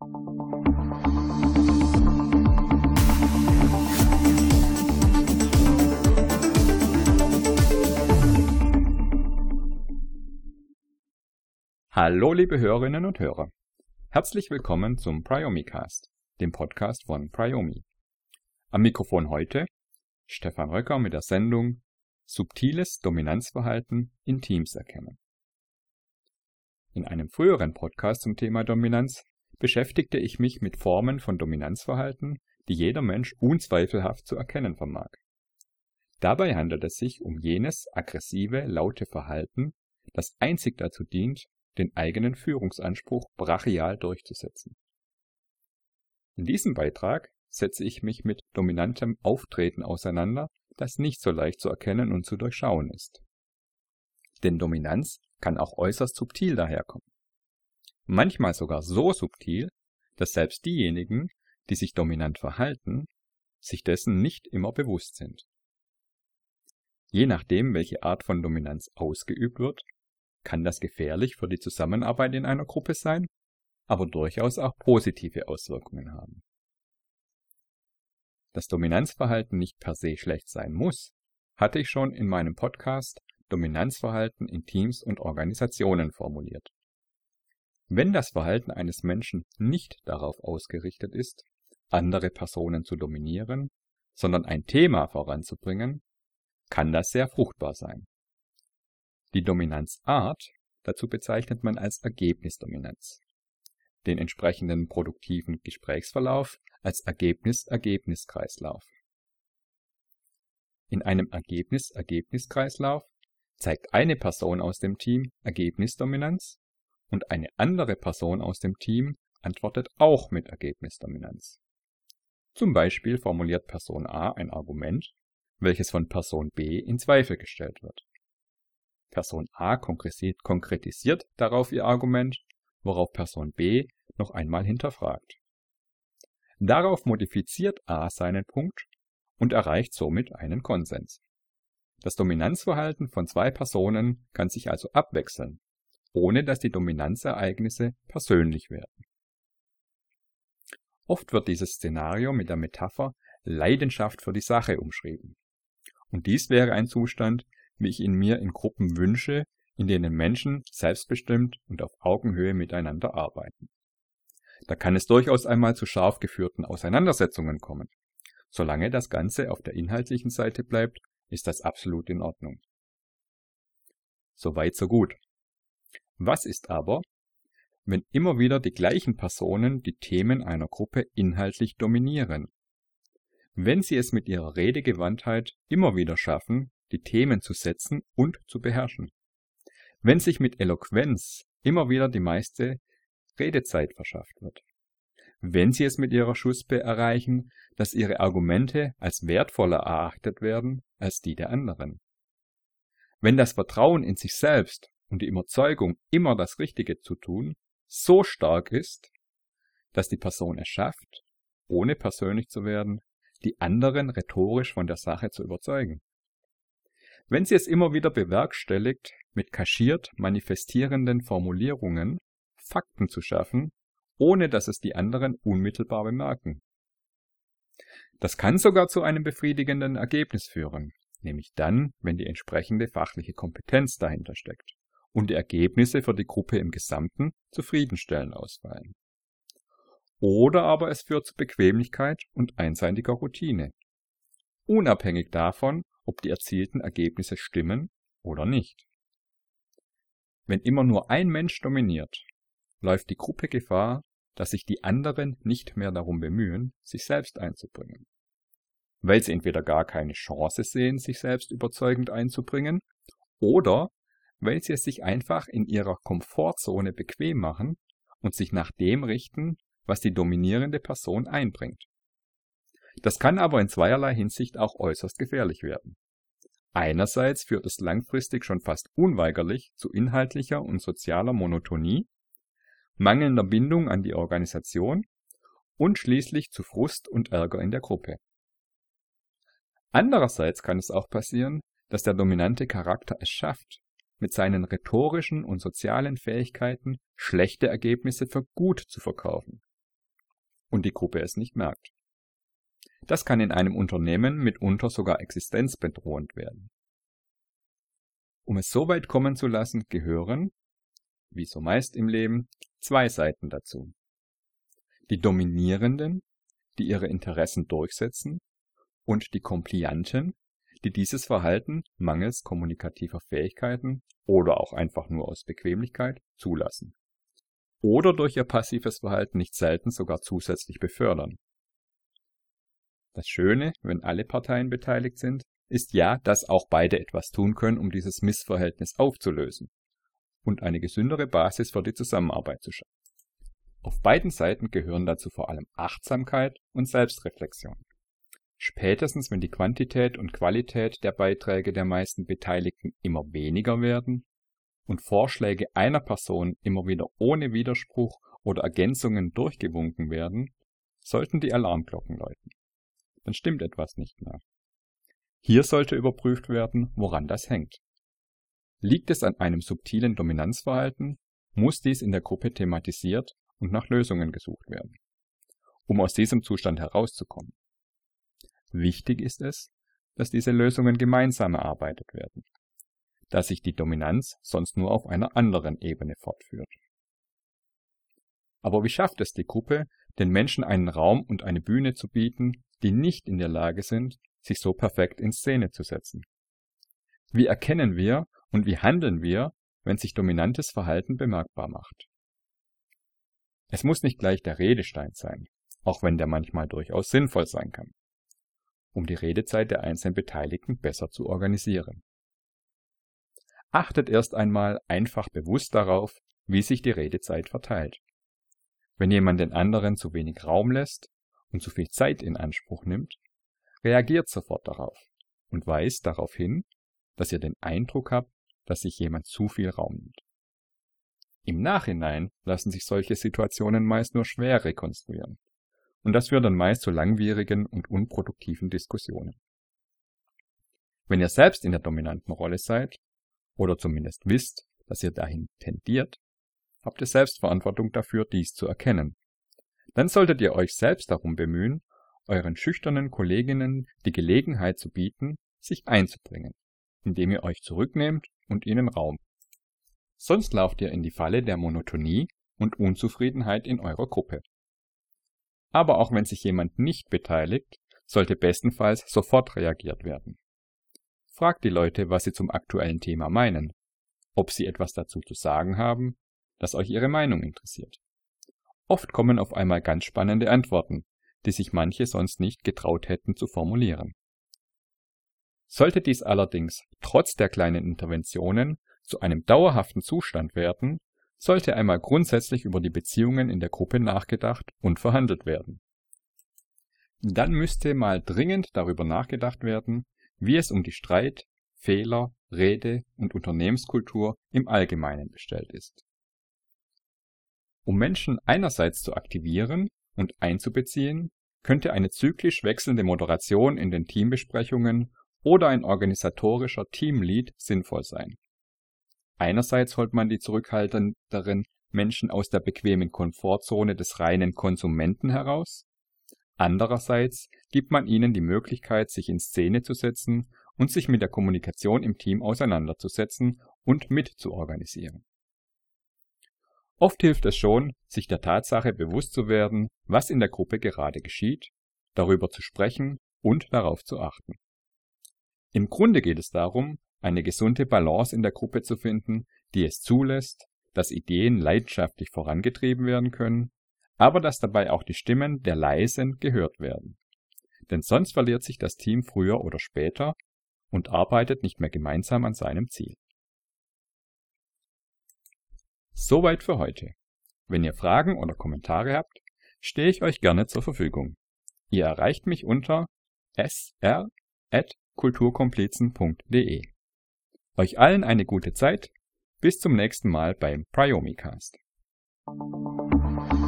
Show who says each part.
Speaker 1: Hallo liebe Hörerinnen und Hörer, herzlich willkommen zum Priomi-Cast, dem Podcast von Priomi. Am Mikrofon heute Stefan Röcker mit der Sendung Subtiles Dominanzverhalten in Teams erkennen. In einem früheren Podcast zum Thema Dominanz beschäftigte ich mich mit Formen von Dominanzverhalten, die jeder Mensch unzweifelhaft zu erkennen vermag. Dabei handelt es sich um jenes aggressive, laute Verhalten, das einzig dazu dient, den eigenen Führungsanspruch brachial durchzusetzen. In diesem Beitrag setze ich mich mit dominantem Auftreten auseinander, das nicht so leicht zu erkennen und zu durchschauen ist. Denn Dominanz kann auch äußerst subtil daherkommen. Manchmal sogar so subtil, dass selbst diejenigen, die sich dominant verhalten, sich dessen nicht immer bewusst sind. Je nachdem, welche Art von Dominanz ausgeübt wird, kann das gefährlich für die Zusammenarbeit in einer Gruppe sein, aber durchaus auch positive Auswirkungen haben. Dass Dominanzverhalten nicht per se schlecht sein muss, hatte ich schon in meinem Podcast Dominanzverhalten in Teams und Organisationen formuliert. Wenn das Verhalten eines Menschen nicht darauf ausgerichtet ist, andere Personen zu dominieren, sondern ein Thema voranzubringen, kann das sehr fruchtbar sein. Die Dominanzart dazu bezeichnet man als Ergebnisdominanz, den entsprechenden produktiven Gesprächsverlauf als Ergebnis-Ergebnis-Kreislauf. In einem Ergebnis-Ergebnis-Kreislauf zeigt eine Person aus dem Team Ergebnisdominanz und eine andere Person aus dem Team antwortet auch mit Ergebnisdominanz. Zum Beispiel formuliert Person A ein Argument, welches von Person B in Zweifel gestellt wird. Person A konkretisiert darauf ihr Argument, worauf Person B noch einmal hinterfragt. Darauf modifiziert A seinen Punkt und erreicht somit einen Konsens. Das Dominanzverhalten von zwei Personen kann sich also abwechseln, ohne dass die Dominanzereignisse persönlich werden. Oft wird dieses Szenario mit der Metapher Leidenschaft für die Sache umschrieben. Und dies wäre ein Zustand, wie ich ihn mir in Gruppen wünsche, in denen Menschen selbstbestimmt und auf Augenhöhe miteinander arbeiten. Da kann es durchaus einmal zu scharf geführten Auseinandersetzungen kommen. Solange das Ganze auf der inhaltlichen Seite bleibt, ist das absolut in Ordnung. Soweit, so gut. Was ist aber, wenn immer wieder die gleichen Personen die Themen einer Gruppe inhaltlich dominieren? Wenn sie es mit ihrer Redegewandtheit immer wieder schaffen, die Themen zu setzen und zu beherrschen. Wenn sich mit Eloquenz immer wieder die meiste Redezeit verschafft wird. Wenn sie es mit ihrer Schuspe erreichen, dass ihre Argumente als wertvoller erachtet werden als die der anderen. Wenn das Vertrauen in sich selbst und die Überzeugung, immer das Richtige zu tun, so stark ist, dass die Person es schafft, ohne persönlich zu werden, die anderen rhetorisch von der Sache zu überzeugen. Wenn sie es immer wieder bewerkstelligt, mit kaschiert manifestierenden Formulierungen Fakten zu schaffen, ohne dass es die anderen unmittelbar bemerken. Das kann sogar zu einem befriedigenden Ergebnis führen, nämlich dann, wenn die entsprechende fachliche Kompetenz dahinter steckt und die Ergebnisse für die Gruppe im Gesamten zufriedenstellend ausfallen. Oder aber es führt zu Bequemlichkeit und einseitiger Routine, unabhängig davon, ob die erzielten Ergebnisse stimmen oder nicht. Wenn immer nur ein Mensch dominiert, läuft die Gruppe Gefahr, dass sich die anderen nicht mehr darum bemühen, sich selbst einzubringen. Weil sie entweder gar keine Chance sehen, sich selbst überzeugend einzubringen, oder weil sie es sich einfach in ihrer Komfortzone bequem machen und sich nach dem richten, was die dominierende Person einbringt. Das kann aber in zweierlei Hinsicht auch äußerst gefährlich werden. Einerseits führt es langfristig schon fast unweigerlich zu inhaltlicher und sozialer Monotonie, mangelnder Bindung an die Organisation und schließlich zu Frust und Ärger in der Gruppe. Andererseits kann es auch passieren, dass der dominante Charakter es schafft, mit seinen rhetorischen und sozialen Fähigkeiten schlechte Ergebnisse für gut zu verkaufen und die Gruppe es nicht merkt. Das kann in einem Unternehmen mitunter sogar existenzbedrohend werden. Um es so weit kommen zu lassen, gehören, wie so meist im Leben, zwei Seiten dazu. Die Dominierenden, die ihre Interessen durchsetzen, und die Komplianten, die dieses Verhalten mangels kommunikativer Fähigkeiten oder auch einfach nur aus Bequemlichkeit zulassen. Oder durch ihr passives Verhalten nicht selten sogar zusätzlich befördern. Das Schöne, wenn alle Parteien beteiligt sind, ist ja, dass auch beide etwas tun können, um dieses Missverhältnis aufzulösen und eine gesündere Basis für die Zusammenarbeit zu schaffen. Auf beiden Seiten gehören dazu vor allem Achtsamkeit und Selbstreflexion. Spätestens wenn die Quantität und Qualität der Beiträge der meisten Beteiligten immer weniger werden und Vorschläge einer Person immer wieder ohne Widerspruch oder Ergänzungen durchgewunken werden, sollten die Alarmglocken läuten. Dann stimmt etwas nicht mehr. Hier sollte überprüft werden, woran das hängt. Liegt es an einem subtilen Dominanzverhalten, muss dies in der Gruppe thematisiert und nach Lösungen gesucht werden, um aus diesem Zustand herauszukommen. Wichtig ist es, dass diese Lösungen gemeinsam erarbeitet werden, da sich die Dominanz sonst nur auf einer anderen Ebene fortführt. Aber wie schafft es die Gruppe, den Menschen einen Raum und eine Bühne zu bieten, die nicht in der Lage sind, sich so perfekt in Szene zu setzen? Wie erkennen wir und wie handeln wir, wenn sich dominantes Verhalten bemerkbar macht? Es muss nicht gleich der Redestein sein, auch wenn der manchmal durchaus sinnvoll sein kann, um die Redezeit der einzelnen Beteiligten besser zu organisieren. Achtet erst einmal einfach bewusst darauf, wie sich die Redezeit verteilt. Wenn jemand den anderen zu wenig Raum lässt und zu viel Zeit in Anspruch nimmt, reagiert sofort darauf und weist darauf hin, dass ihr den Eindruck habt, dass sich jemand zu viel Raum nimmt. Im Nachhinein lassen sich solche Situationen meist nur schwer rekonstruieren. Und das führt dann meist zu langwierigen und unproduktiven Diskussionen. Wenn ihr selbst in der dominanten Rolle seid, oder zumindest wisst, dass ihr dahin tendiert, habt ihr Selbstverantwortung dafür, dies zu erkennen. Dann solltet ihr euch selbst darum bemühen, euren schüchternen Kolleginnen die Gelegenheit zu bieten, sich einzubringen, indem ihr euch zurücknehmt und ihnen Raum. Sonst lauft ihr in die Falle der Monotonie und Unzufriedenheit in eurer Gruppe. Aber auch wenn sich jemand nicht beteiligt, sollte bestenfalls sofort reagiert werden. Fragt die Leute, was sie zum aktuellen Thema meinen, ob sie etwas dazu zu sagen haben, das euch ihre Meinung interessiert. Oft kommen auf einmal ganz spannende Antworten, die sich manche sonst nicht getraut hätten zu formulieren. Sollte dies allerdings trotz der kleinen Interventionen zu einem dauerhaften Zustand werden, sollte einmal grundsätzlich über die Beziehungen in der Gruppe nachgedacht und verhandelt werden. Dann müsste mal dringend darüber nachgedacht werden, wie es um die Streit-, Fehler-, Rede- und Unternehmenskultur im Allgemeinen bestellt ist. Um Menschen einerseits zu aktivieren und einzubeziehen, könnte eine zyklisch wechselnde Moderation in den Teambesprechungen oder ein organisatorischer Teamlead sinnvoll sein. Einerseits holt man die zurückhaltenderen Menschen aus der bequemen Komfortzone des reinen Konsumenten heraus, andererseits gibt man ihnen die Möglichkeit, sich in Szene zu setzen und sich mit der Kommunikation im Team auseinanderzusetzen und mitzuorganisieren. Oft hilft es schon, sich der Tatsache bewusst zu werden, was in der Gruppe gerade geschieht, darüber zu sprechen und darauf zu achten. Im Grunde geht es darum, eine gesunde Balance in der Gruppe zu finden, die es zulässt, dass Ideen leidenschaftlich vorangetrieben werden können, aber dass dabei auch die Stimmen der Leisen gehört werden. Denn sonst verliert sich das Team früher oder später und arbeitet nicht mehr gemeinsam an seinem Ziel. Soweit für heute. Wenn ihr Fragen oder Kommentare habt, stehe ich euch gerne zur Verfügung. Ihr erreicht mich unter sr@kulturkomplizen.de. Euch allen eine gute Zeit. Bis zum nächsten Mal beim Priomicast.